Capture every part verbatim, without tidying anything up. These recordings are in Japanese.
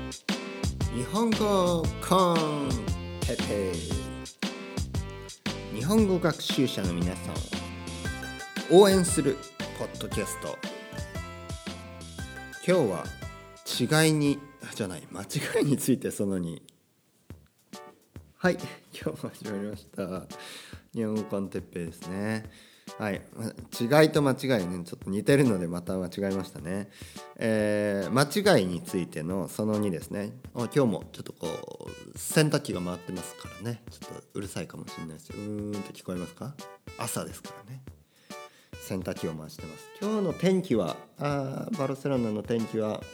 日本語コンテペイ、日本語学習者の皆さんを応援するポッドキャスト。今日は違いにじゃない間違いについてそのに。はい、今日も始まりました日本語コンテペイですね。はい、違いと間違いね、ちょっと似てるのでまた間違えましたね。えー、間違いについてのそのにですね。今日もちょっとこう洗濯機が回ってますからね、ちょっとうるさいかもしれないですよ。うーんって聞こえますか？朝ですからね、洗濯機を回してます。今日の天気はあバルセロナの天気は、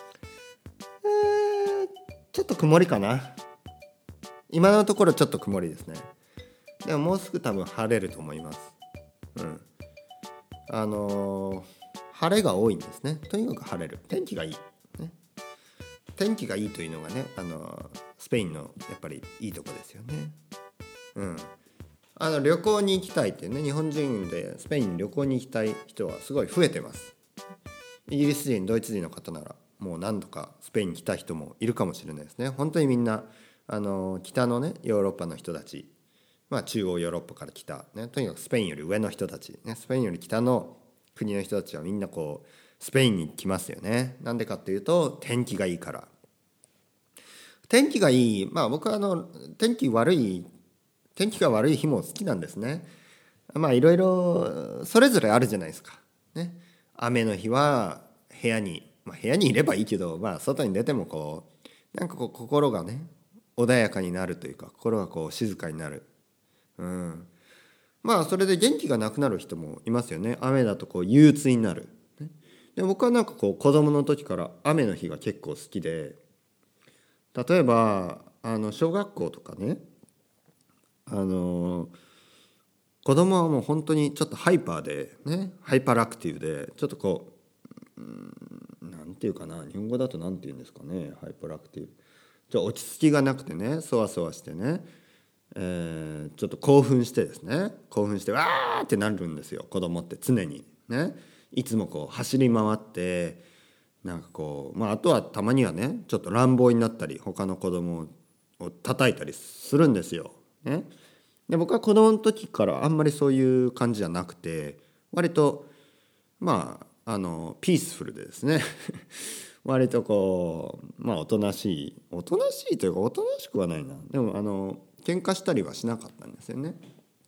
えー、ちょっと曇りかな。今のところちょっと曇りですね。でももうすぐ多分晴れると思います。うん、あのー、晴れが多いんですね。とにかく晴れる、天気がいい、ね、天気がいいというのがね、あのー、スペインのやっぱりいいとこですよね。うん、あの旅行に行きたいっていうね、日本人でスペインに旅行に行きたい人はすごい増えてます。イギリス人、ドイツ人の方ならもう何度かスペインに来た人もいるかもしれないですね。本当にみんなあのー、北のねヨーロッパの人たち、まあ、中央ヨーロッパから来た、ね、とにかくスペインより上の人たち、ね、スペインより北の国の人たちはみんなこうスペインに来ますよね。なんでかっていうと天気がいいから。天気がいい、まあ僕はあの天気悪い天気が悪い日も好きなんですね。まあいろいろそれぞれあるじゃないですか、ね、雨の日は部屋に、まあ、部屋にいればいいけど、まあ、外に出てもこうなんかこう心がね穏やかになるというか、心がこう静かになる。うん、まあそれで元気がなくなる人もいますよね。雨だとこう憂鬱になる。で僕はなんかこう子供の時から雨の日が結構好きで、例えばあの小学校とかね、あの子供はもう本当にちょっとハイパーでね、ハイパーアクティブでちょっとこう、うーんなんていうかな、日本語だとなんていうんですかね、ハイパーアクティブ、ちょっと落ち着きがなくてね、そわそわしてね、えー、ちょっと興奮してですね興奮してわーってなるんですよ。子供って常にね、いつもこう走り回ってなんかこう、まあ、あとはたまにはねちょっと乱暴になったり他の子供を叩いたりするんですよ、ね、で僕は子供の時からあんまりそういう感じじゃなくて、割とまああのピースフルでですね割とこうまあおとなしいおとなしいというかおとなしくはないな、でもあの喧嘩したりはしなかったんですよね。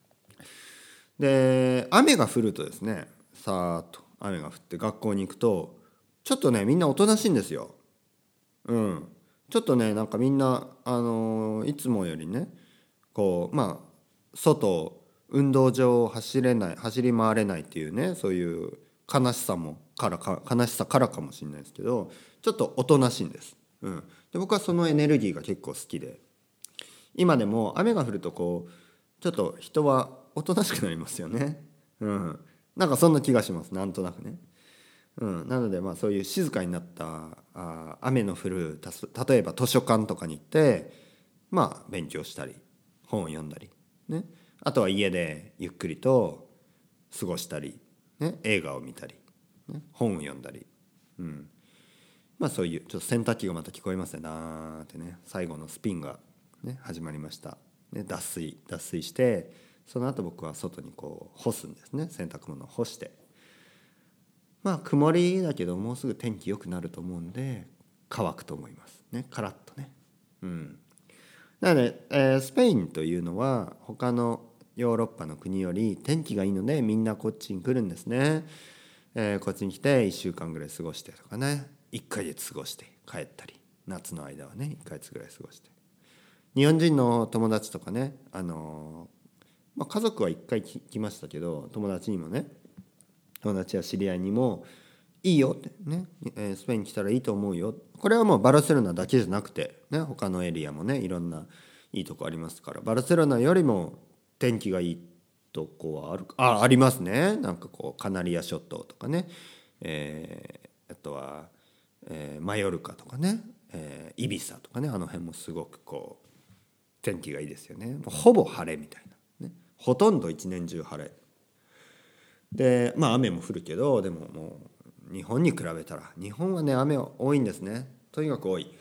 で雨が降るとですね、さーっと雨が降って学校に行くとちょっとねみんなおとなしいんですよ。うんちょっとねなんかみんなあのーいつもよりねこうまあ外運動場を走れない走り回れないっていうね、そういう悲しさもからか悲しさからかもしれないですけど、ちょっとおとなしいんです。うん、で僕はそのエネルギーが結構好きで、今でも雨が降るとこうちょっと人はおとなしくなりますよね。うん、なんかそんな気がします、なんとなくね。うん、なのでまあそういう静かになったあ雨の降るたす例えば図書館とかに行ってまあ勉強したり本を読んだり、ね、あとは家でゆっくりと過ごしたり、ね、映画を見たり、ね、本を読んだり、うん、まあそういうちょっと洗濯機がまた聞こえますね、なーってね、最後のスピンが、ね、始まりました、ね、脱水脱水して、その後僕は外にこう干すんですね、洗濯物を干して、まあ曇りだけどもうすぐ天気良くなると思うんで乾くと思いますね、カラッとね。うんなので、えースペインというのは他のヨーロッパの国より天気がいいのでみんなこっちに来るんですね。えーこっちに来ていっしゅうかんぐらい過ごしてとかね、いっかげつ過ごして帰ったり、夏の間はねいっかげつぐらい過ごして、日本人の友達とかね、あのーまあ、家族はいっかい来ましたけど、友達にもね、友達や知り合いにもいいよってね、えースペイン来たらいいと思うよ。これはもうバルセロナだけじゃなくて、ね、他のエリアもねいろんないいとこありますから、バルセロナよりも天気がいいとこはあるあありますね。なんかこうカナリア諸島とかね、えーあとは、えーマヨルカとかね、えーイビサとかね、あの辺もすごくこう天気がいいですよね。もうほぼ晴れみたいな、ね、ほとんど一年中晴れで、まあ雨も降るけど、でももう日本に比べたら日本はね雨は多いんですね、とにかく多い。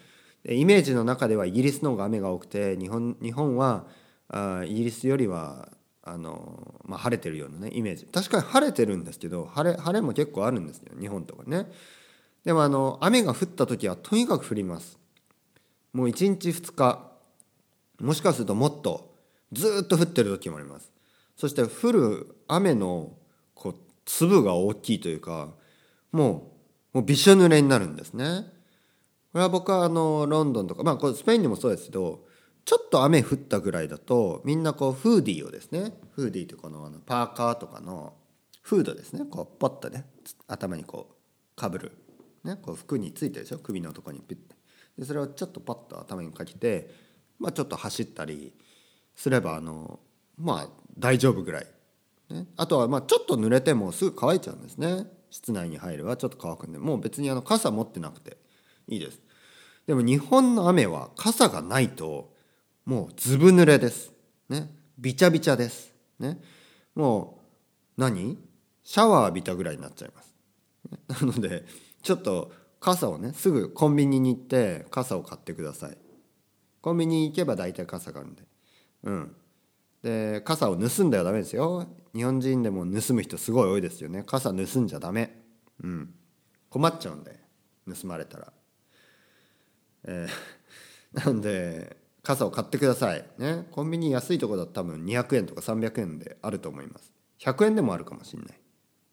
でイメージの中ではイギリスの方が雨が多くて、日本日本はあイギリスよりはあの、まあ、晴れてるようなねイメージ。確かに晴れてるんですけど、晴れ晴れも結構あるんですよ日本とかね。でもあの雨が降った時はとにかく降ります。もういちにちふつか、もしかするともっとずっと降ってる時もあります。そして降る雨のこう粒が大きいというか、もう、もうびしょ濡れになるんですね。これは僕はあのロンドンとか、まあこれスペインにもそうですけど、ちょっと雨降ったぐらいだとみんなこうフーディーをですね、フーディーというこのあのパーカーとかのフードですね、こうポッとね頭にこうかぶる、ね、こう服についてるでしょ、首のところにピッて。でそれをちょっとパッと頭にかけて、まあ、ちょっと走ったりすればあのまあ大丈夫ぐらい、ね、あとはまあちょっと濡れてもすぐ乾いちゃうんですね。室内に入ればちょっと乾くんで、もう別にあの傘持ってなくていいです。でも日本の雨は傘がないともうずぶ濡れです、ね、びちゃびちゃです、ね、もう何シャワー浴びたぐらいになっちゃいます。なのでちょっと傘をね、すぐコンビニに行って傘を買ってください。コンビニに行けば大体傘があるんで。うん。で、傘を盗んではダメですよ。日本人でも盗む人すごい多いですよね。傘盗んじゃダメ。うん。困っちゃうんで、盗まれたら。えー、なんで、傘を買ってください。ね。コンビニ安いところだと多分にひゃくえんとかさんびゃくえんであると思います。ひゃくえんでもあるかもしれない。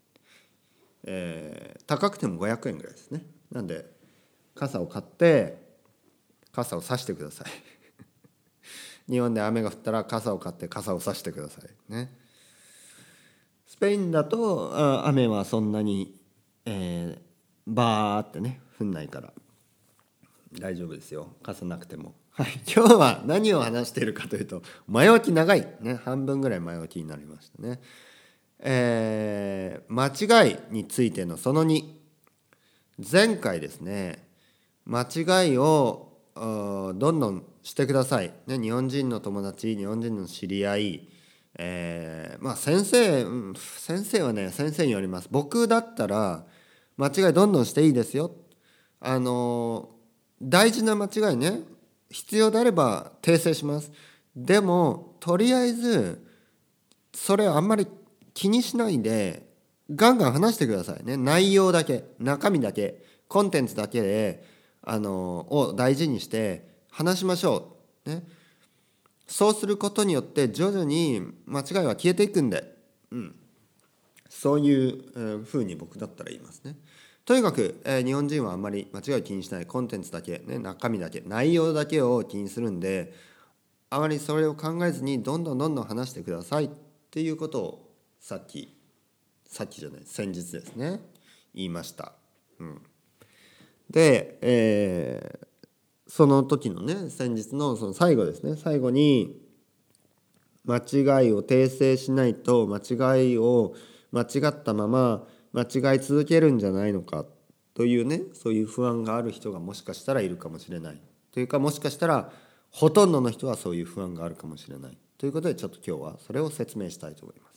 えー、高くてもごひゃくえんぐらいですね。なんで傘を買って傘を差してください。日本で雨が降ったら傘を買って傘を差してくださいね。スペインだとあ雨はそんなに、えー、バーってね降んないから大丈夫ですよ、傘なくても。はい、今日は何を話しているかというと、前置き長いね、半分ぐらい前置きになりましたね。えー、間違いについてのそのに。前回ですね、間違いをどんどんしてください、ね、日本人の友達、日本人の知り合い、えー、まあ先生、うん、先生はね先生によります。僕だったら間違いどんどんしていいですよ。あの大事な間違いね、必要であれば訂正します。でもとりあえずそれをあんまり気にしないでガンガン話してくださいね。内容だけ、中身だけ、コンテンツだけであのを大事にして話しましょう、ね、そうすることによって徐々に間違いは消えていくんで、うん、そういうふうに僕だったら言いますね。とにかく、えー、日本人はあんまり間違いを気にしない、コンテンツだけ、ね、中身だけ、内容だけを気にするんで、あまりそれを考えずにどんどんどんどん話してくださいっていうことをさっきさっきじゃない先日ですね言いました、うん、で、えー、その時のね先日のその最後ですね、最後に間違いを訂正しないと間違いを間違ったまま間違い続けるんじゃないのかというね、そういう不安がある人がもしかしたらいるかもしれないというか、もしかしたらほとんどの人はそういう不安があるかもしれないということで、ちょっと今日はそれを説明したいと思います。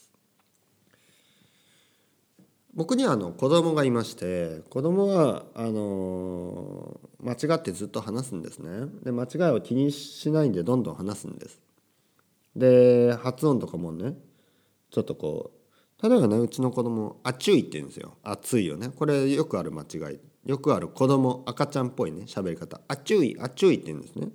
僕にはあの子供がいまして、子供はあの間違ってずっと話すんですね。で間違いを気にしないんでどんどん話すんです。で発音とかもねちょっとこう、例えばねうちの子供あちゅいって言うんですよ。熱いよね、これよくある間違い、よくある子供赤ちゃんっぽいね喋り方、あちゅいあちゅいって言うんですね。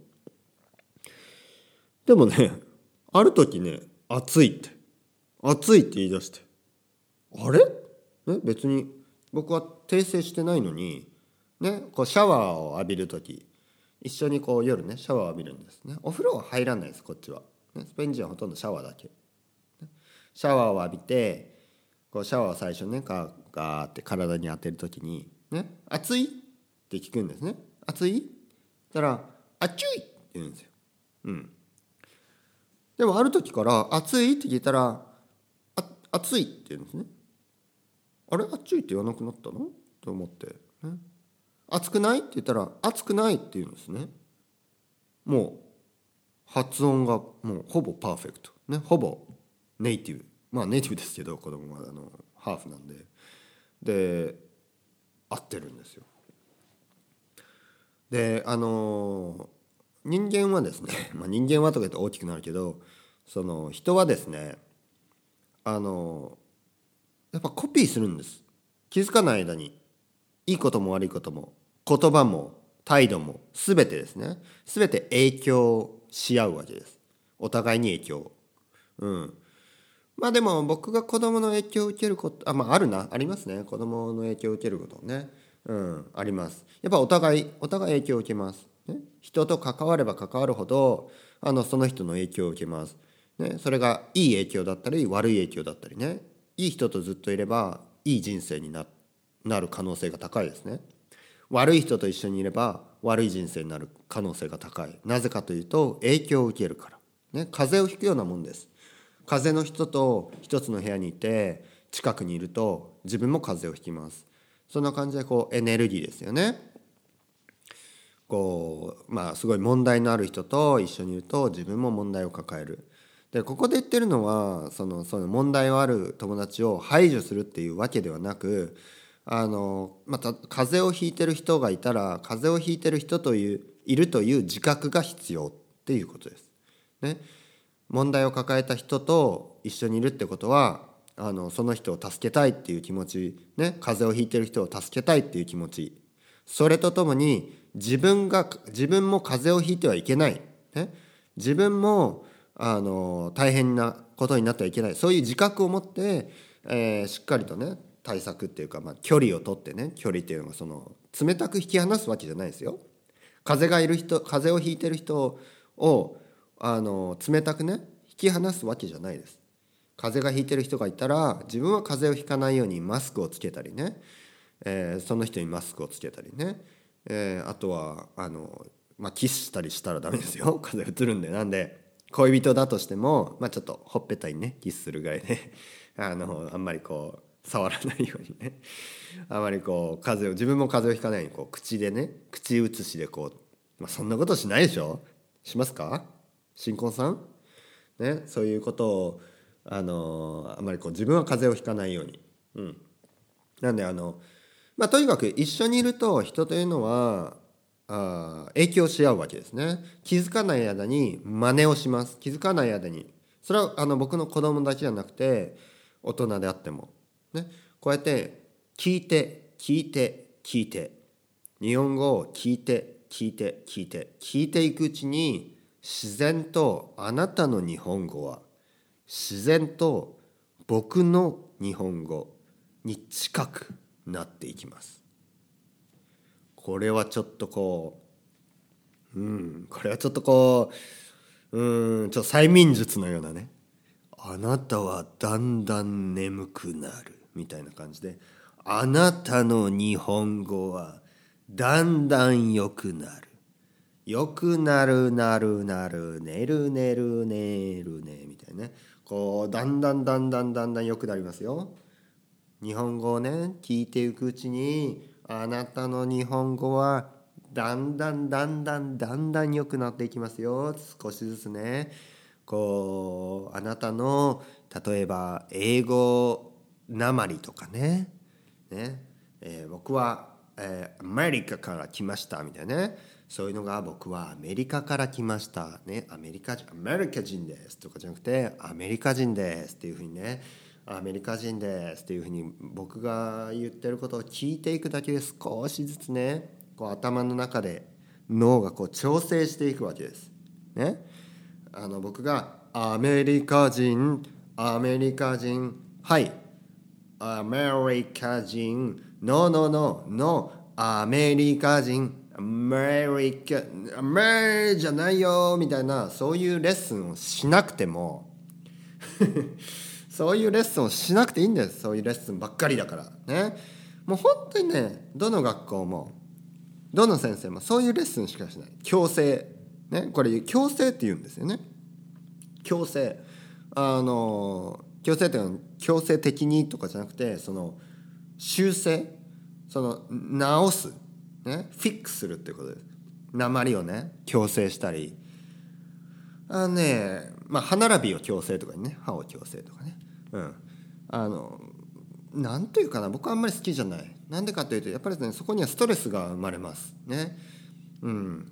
でもねある時ね熱いって熱いって言い出して、あれね、別に僕は訂正してないのに、ね、こうシャワーを浴びる時一緒にこう夜ねシャワーを浴びるんですね。お風呂は入らないですこっちは、ね、スペイン人はほとんどシャワーだけ、ね、シャワーを浴びてこうシャワーを最初ねガーガーって体に当てる時に、ね、熱いって聞くんですね。熱いだからあっちゅいって言うんですよ、うん、でもある時から熱いって聞いたらあ熱いって言うんですね。あれあっちゅいって言わなくなったのと思って、ね、熱くないって言ったら熱くないって言うんですね。もう発音がもうほぼパーフェクト、ね、ほぼネイティブ、まあネイティブですけど子供はあのハーフなんで、で合ってるんですよ。 であの人間はですね、まあ、人間はとか言うと大きくなるけど、その人はですね、あのやっぱコピーするんです。気づかない間に。いいことも悪いことも言葉も態度も全てですね、全て影響し合うわけです。お互いに影響。うん。まあでも僕が子供の影響を受けること、あ、まああるな、ありますね。子供の影響を受けることね。うん、あります。やっぱお互い、お互い影響を受けます。ね、人と関われば関わるほど、あの、その人の影響を受けます。ね、それがいい影響だったり、悪い影響だったりね。いい人とずっといれば、いい人生にな、なる可能性が高いですね。悪い人と一緒にいれば、悪い人生になる可能性が高い。なぜかというと、影響を受けるから。ね、風邪をひくようなもんです。風邪の人と一つの部屋にいて近くにいると自分も風邪をひきます。そんな感じでこうエネルギーですよね。こうまあすごい問題のある人と一緒にいると自分も問題を抱える。でここで言ってるのはそのその問題のある友達を排除するっていうわけではなく、あのまた風邪をひいてる人がいたら風邪をひいてる人といういるという自覚が必要っていうことです。ね。問題を抱えた人と一緒にいるってことは、あのその人を助けたいっていう気持ちね、風邪をひいてる人を助けたいっていう気持ち、それとともに自分が自分も風邪をひいてはいけない、ね、自分もあの大変なことになってはいけない、そういう自覚を持って、えー、しっかりとね対策っていうか、まあ、距離を取ってね、距離っていうのがその冷たく引き離すわけじゃないですよ。風邪がいる人、風邪をひいてる人をあの冷たくね引き離すわけじゃないです。風邪がひいてる人がいたら自分は風邪をひかないようにマスクをつけたりね、えー、その人にマスクをつけたりね、えー、あとはあの、まあ、キスしたりしたらダメですよ。風邪うつるんで。なんで恋人だとしても、まあ、ちょっとほっぺたにねキスするぐらいであのあんまりこう触らないようにね、あまりこう風邪を自分も風邪をひかないようにこう口でね、口移しでこう、まあ、そんなことしないでしょ。しますか新婚さんね。そういうことをあのあまりこう自分は風邪をひかないように、うん、なんであの、まあ、とにかく一緒にいると人というのはあ影響し合うわけですね。気づかない間に真似をします。気づかない間に、それはあの僕の子供だけじゃなくて大人であってもね、こうやって聞いて聞いて聞いて日本語を聞いて聞いて聞いて聞いていくうちに、自然とあなたの日本語は自然と僕の日本語に近くなっていきます。これはちょっとこう、うん、これはちょっとこう、うん、ちょっと催眠術のようなね。あなたはだんだん眠くなるみたいな感じで、あなたの日本語はだんだん良くなる。良くなるなるなる寝る寝る寝るねみたいなね。こうだんだんだんだんだんだん良くなりますよ。日本語をね聞いていくうちに、あなたの日本語はだんだんだんだんだんだん良くなっていきますよ。少しずつね。こうあなたの例えば英語なまりとかね、ね、えー、僕は、えー、アメリカから来ましたみたいなね、そういうのが僕はアメリカから来ましたね、アメリカ人アメリカ人ですとかじゃなくてアメリカ人ですっていうふうにね、アメリカ人ですっていうふうに僕が言ってることを聞いていくだけで少しずつね、こう頭の中で脳がこう調整していくわけですね。あの僕がアメリカ人アメリカ人はいアメリカ人ノーノーノーノーアメリカ人アメリカアメじゃないよみたいな、そういうレッスンをしなくてもそういうレッスンをしなくていいんです。そういうレッスンばっかりだからね。もう本当にね、どの学校もどの先生もそういうレッスンしかしない。強制ね、これ強制って言うんですよね。強制、あの強制っていうのは強制的にとかじゃなくて、その修正、その直すね、フィックスするってことです。訛りをね矯正したり、あのね、まあ歯並びを矯正とかにね、歯を矯正とかね、うん、あのなんというかな、僕はあんまり好きじゃない。なんでかというとやっぱりね、そこにはストレスが生まれますね。 うん、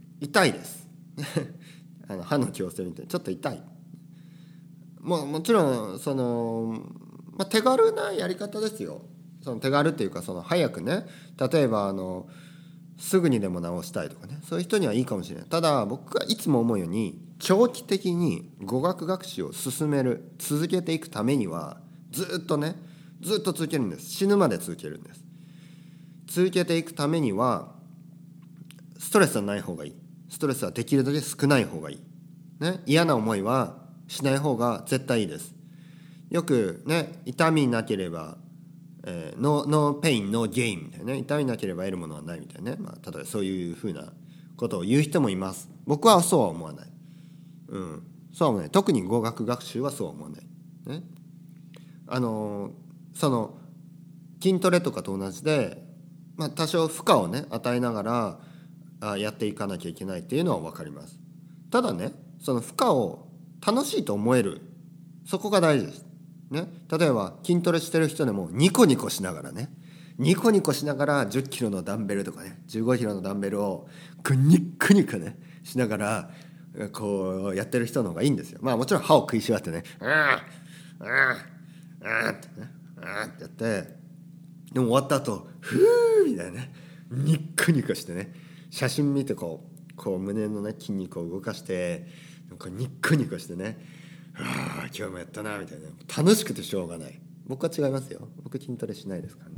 痛いですあの歯の矯正みたいにちょっと痛い。もうもちろんその、まあ、手軽なやり方ですよ。その手軽っていうかその早くね、例えばあのすぐにでも治したいとかね、そういう人にはいいかもしれない。ただ僕がいつも思うように長期的に語学学習を進める続けていくためにはずっとねずっと続けるんです。死ぬまで続けるんです。続けていくためにはストレスはない方がいい。ストレスはできるだけ少ない方がいい、ね、嫌な思いはしない方が絶対いいです。よくね、痛みなければ、えー、ノー、ノーペインノーゲインみたいなね、痛みなければ得るものはないみたいなね、まあ、例えばそういうふうなことを言う人もいます。僕はそうは思わない、うん、そうは思わない。特に語学学習はそうは思わない、ね、あのー、その筋トレとかと同じで、まあ、多少負荷をね与えながらあやっていかなきゃいけないっていうのは分かります。ただね、その負荷を楽しいと思える、そこが大事です、ね、例えば筋トレしてる人でもニコニコしながらねニコニコしながらじゅっキロのダンベルとかねじゅうごキロのダンベルをクニックニクねしながらこうやってる人の方がいいんですよ。まあもちろん歯を食いしばってねあああああってねああってやって、でも終わった後ふーみたいなねニッコニコしてね写真見てこうこう胸のね筋肉を動かしてなんかニッコニコしてね、ああ今日もやったなみたいな、楽しくてしょうがない。僕は違いますよ。僕筋トレしないですからね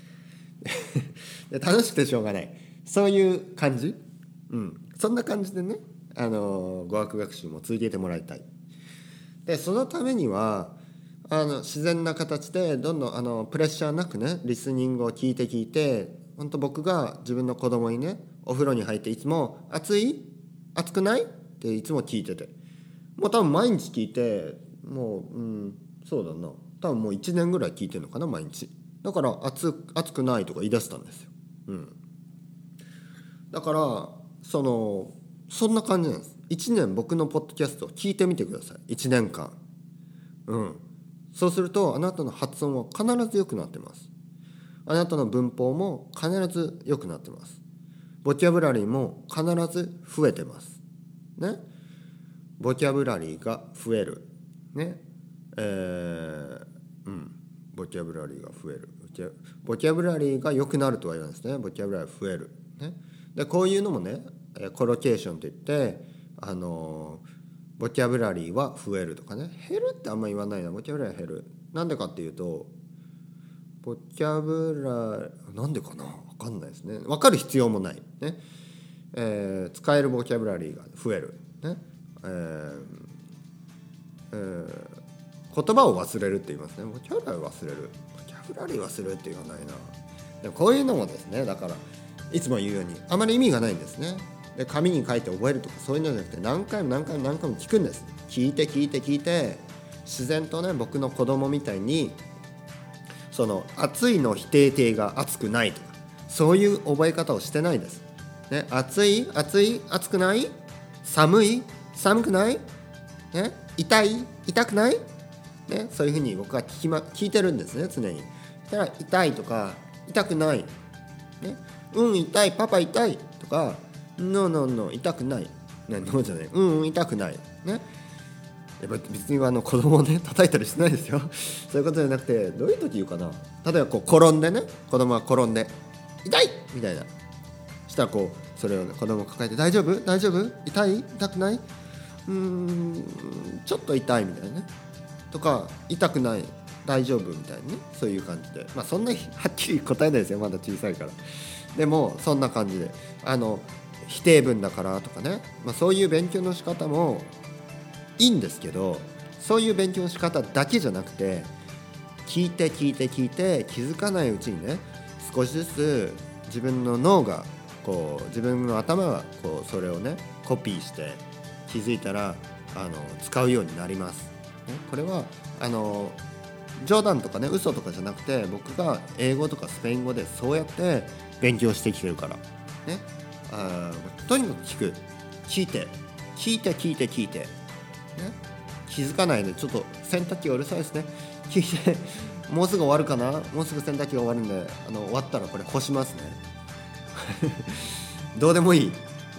で楽しくてしょうがない、そういう感じ、うん、そんな感じでね、あの語学学習も続けてもらいたい。でそのためにはあの自然な形でどんどんあのプレッシャーなくねリスニングを聞いて聞いて、本当僕が自分の子供にねお風呂に入っていつも暑い暑くないっていつも聞いてて、もう多分毎日聞いてもう、うん、そうだな多分もういちねんぐらい聞いてるのかな毎日。だから暑暑くないとか言い出したんですよ、うん、だからそのそんな感じなんです。いちねん僕のポッドキャストを聞いてみてください。いちねんかん、うん、そうするとあなたの発音は必ず良くなってます。あなたの文法も必ず良くなってます。ボキャブラリーも必ず増えてますね。ボキャブラリーが増えるね、えー、うんボキャブラリーが増える、ボキャブラリーが良くなるとは言わないですね。ボキャブラリーが増える、ね、でこういうのもねコロケーションといって、あのー、ボキャブラリーは増えるとかね、減るってあんま言わないな。ボキャブラリーは減る、なんでかっていうとボキャブラなんでかな分かんないですね。分かる必要もない、ねえー、使えるボキャブラリーが増える、ねえーえー、言葉を忘れるって言いますね。ボキャブラリー忘れる、ボキャブラリー忘れるって言わないな。でこういうのもですね、だからいつも言うようにあまり意味がないんですね。で紙に書いて覚えるとかそういうのじゃなくて、何回も何回も何回も聞くんです。聞いて聞いて聞いて、自然とね僕の子供みたいにその暑いの否定形が暑くないとかそういう覚え方をしてないです、ね、暑い暑い暑くない、寒い寒くない、ね、痛い痛くない、ね、そういうふうに僕は聞き、ま、聞いてるんですね常に。だから痛いとか痛くない、ね、うん痛いパパ痛いとかノーノーノー痛くない、ね、ノーじゃない、うんうん痛くない、ね、やっぱ別にあの子供をね叩いたりしてないですよそういうことじゃなくて、どういう時言うかな。例えばこう転んでね、子供が転んで痛いみたいなしたらこうそれを、ね、子供を抱えて大丈夫大丈夫痛い痛くない、うーんちょっと痛いみたいなねとか、痛くない大丈夫みたいなね、そういう感じで、まあそんなにはっきり答えないですよ、まだ小さいから。でもそんな感じであの否定文だからとかね、まあ、そういう勉強の仕方もいいんですけど、そういう勉強の仕方だけじゃなくて、聞いて聞いて聞いて気づかないうちにね少しずつ自分の脳がこう自分の頭がこうそれをねコピーして気づいたらあの使うようになります、ね、これはあの冗談とかね嘘とかじゃなくて、僕が英語とかスペイン語でそうやって勉強してきてるからね。あとにかく聞く、聞いて聞いて聞いて聞いて、ね、気づかないでちょっと洗濯機がうるさいですね。聞いてもうすぐ終わるかな、もうすぐ洗濯機が終わるんで、あの終わったらこれ干しますねどうでもいい、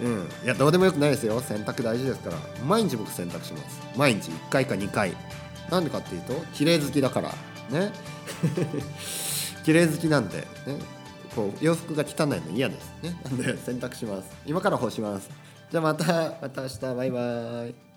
うん、いやどうでもよくないですよ。洗濯大事ですから。毎日僕洗濯します。毎日いっかいかにかい。なんでかっていうと綺麗好きだからね綺麗好きなんでね、こう洋服が汚いの嫌ですね。なんで洗濯します。今から干します。じゃあまたまた明日バイバイ。